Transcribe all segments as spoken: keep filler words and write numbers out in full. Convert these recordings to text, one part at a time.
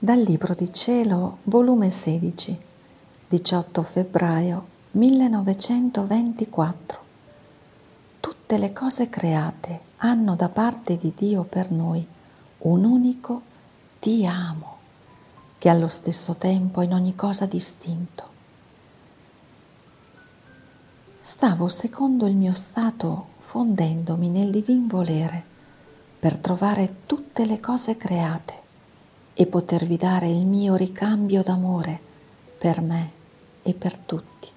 Dal Libro di Cielo, volume sedici, diciotto febbraio millenovecentoventiquattro. Tutte le cose create hanno da parte di Dio per noi un unico Ti amo, che è allo stesso tempo in ogni cosa distinto. Stavo secondo il mio stato fondendomi nel divin volere per trovare tutte le cose create e potervi dare il mio ricambio d'amore per me e per tutti.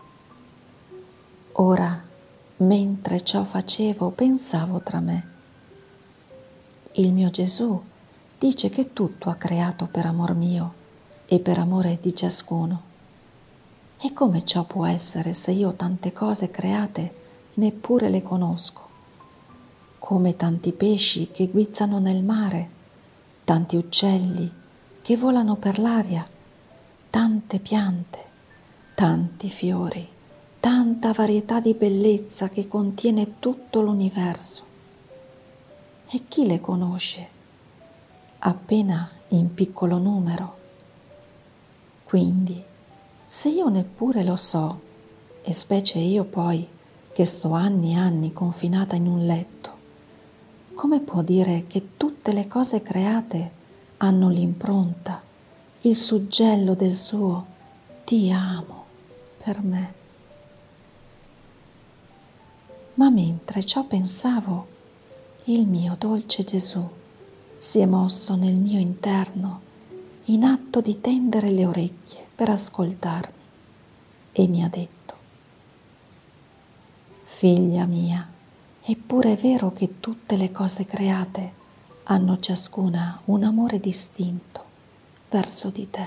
Ora, mentre ciò facevo, pensavo tra me: il mio Gesù dice che tutto ha creato per amor mio e per amore di ciascuno. E come ciò può essere se io tante cose create neppure le conosco? Come tanti pesci che guizzano nel mare, tanti uccelli che volano per l'aria, tante piante, tanti fiori, tanta varietà di bellezza che contiene tutto l'universo. E chi le conosce? Appena in piccolo numero. Quindi, se io neppure lo so, e specie io poi che sto anni e anni confinata in un letto, come può dire che tutte le cose create hanno l'impronta, il suggello del suo Ti amo per me? Ma mentre ciò pensavo, il mio dolce Gesù si è mosso nel mio interno in atto di tendere le orecchie per ascoltarmi e mi ha detto: figlia mia, eppure è vero che tutte le cose create hanno ciascuna un amore distinto verso di te.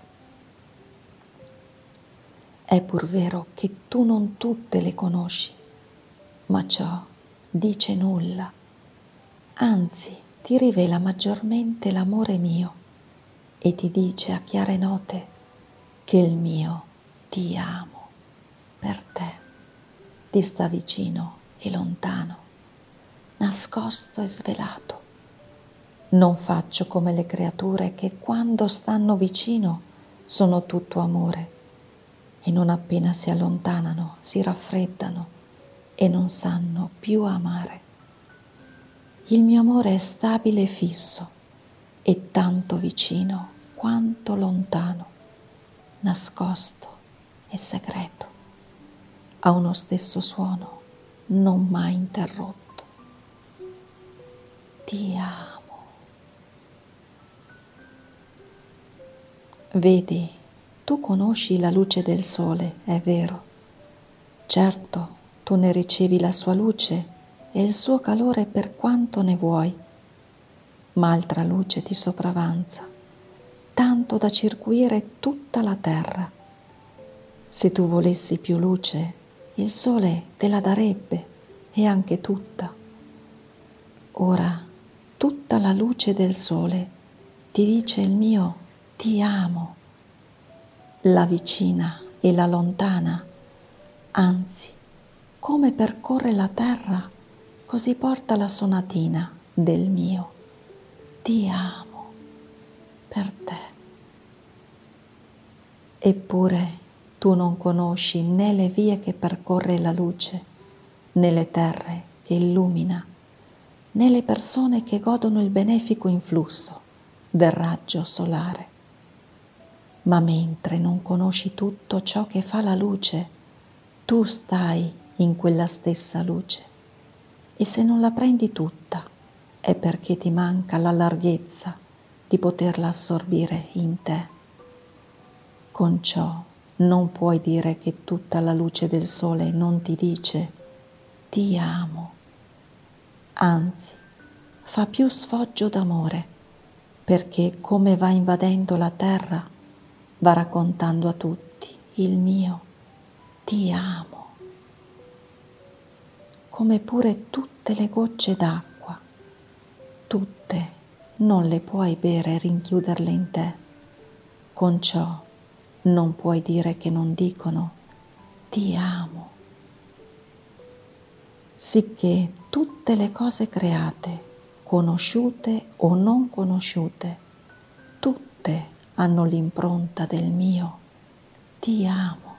È pur vero che tu non tutte le conosci, ma ciò dice nulla, anzi ti rivela maggiormente l'amore mio e ti dice a chiare note che il mio Ti amo per te ti sta vicino e lontano, nascosto e svelato. Non faccio come le creature che quando stanno vicino sono tutto amore e non appena si allontanano si raffreddano e non sanno più amare. Il mio amore è stabile e fisso e tanto vicino quanto lontano, nascosto e segreto. Ha uno stesso suono, non mai interrotto. Ti amo. Vedi, tu conosci la luce del sole, è vero. Certo, tu ne ricevi la sua luce e il suo calore per quanto ne vuoi, ma altra luce ti sopravanza, tanto da circuire tutta la terra. Se tu volessi più luce, il sole te la darebbe e anche tutta. Ora, tutta la luce del sole ti dice il mio Ti amo, la vicina e la lontana, anzi, come percorre la terra, così porta la sonatina del mio Ti amo per te. Eppure tu non conosci né le vie che percorre la luce, né le terre che illumina, né le persone che godono il benefico influsso del raggio solare. Ma mentre non conosci tutto ciò che fa la luce, tu stai in quella stessa luce e se non la prendi tutta è perché ti manca la larghezza di poterla assorbire in te. Con ciò non puoi dire che tutta la luce del sole non ti dice Ti amo, anzi fa più sfoggio d'amore, perché come va invadendo la terra va raccontando a tutti il mio Ti amo, come pure tutte le gocce d'acqua, tutte non le puoi bere e rinchiuderle in te, con ciò non puoi dire che non dicono Ti amo. Sicché tutte le cose create, conosciute o non conosciute, tutte hanno l'impronta del mio ti amo,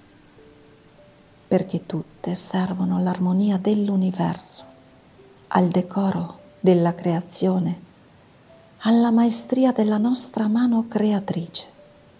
perché tutte servono all'armonia dell'universo, al decoro della creazione, alla maestria della nostra mano creatrice.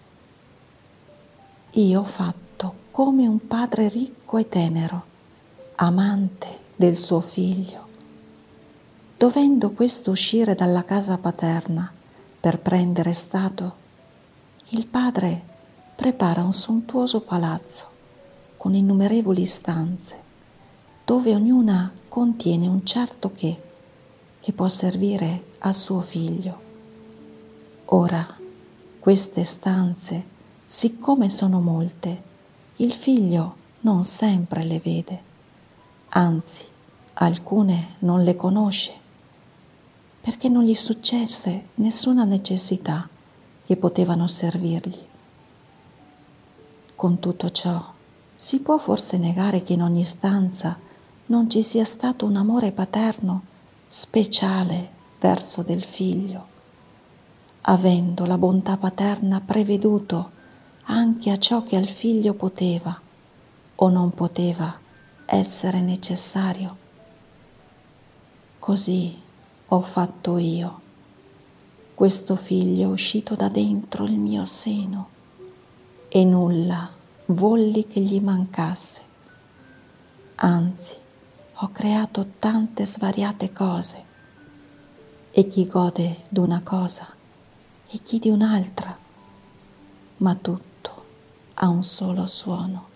Io ho fatto come un padre ricco e tenero, amante del suo figlio. Dovendo questo uscire dalla casa paterna per prendere stato, il padre prepara un sontuoso palazzo con innumerevoli stanze, dove ognuna contiene un certo che, che può servire a suo figlio. Ora, queste stanze, siccome sono molte, il figlio non sempre le vede, anzi, alcune non le conosce, perché non gli successe nessuna necessità che potevano servirgli. Con tutto ciò, si può forse negare che in ogni stanza non ci sia stato un amore paterno speciale verso del figlio, avendo la bontà paterna preveduto anche a ciò che al figlio poteva o non poteva essere necessario? Così ho fatto io. Questo figlio è uscito da dentro il mio seno e nulla volli che gli mancasse. Anzi, ho creato tante svariate cose, e chi gode d'una cosa e chi di un'altra, ma tutto ha un solo suono.